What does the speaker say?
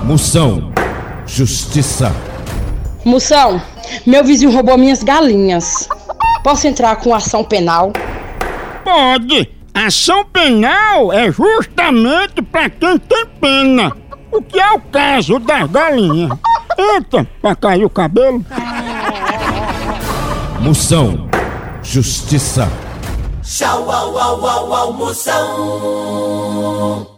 Moção, justiça. Moção, meu vizinho roubou minhas galinhas. Posso entrar com ação penal? Pode! Ação penal é justamente pra quem tem pena. O que é o caso das galinhas. Entra pra cair o cabelo. Moção, justiça. Tchau, au, au, au, au, Moção.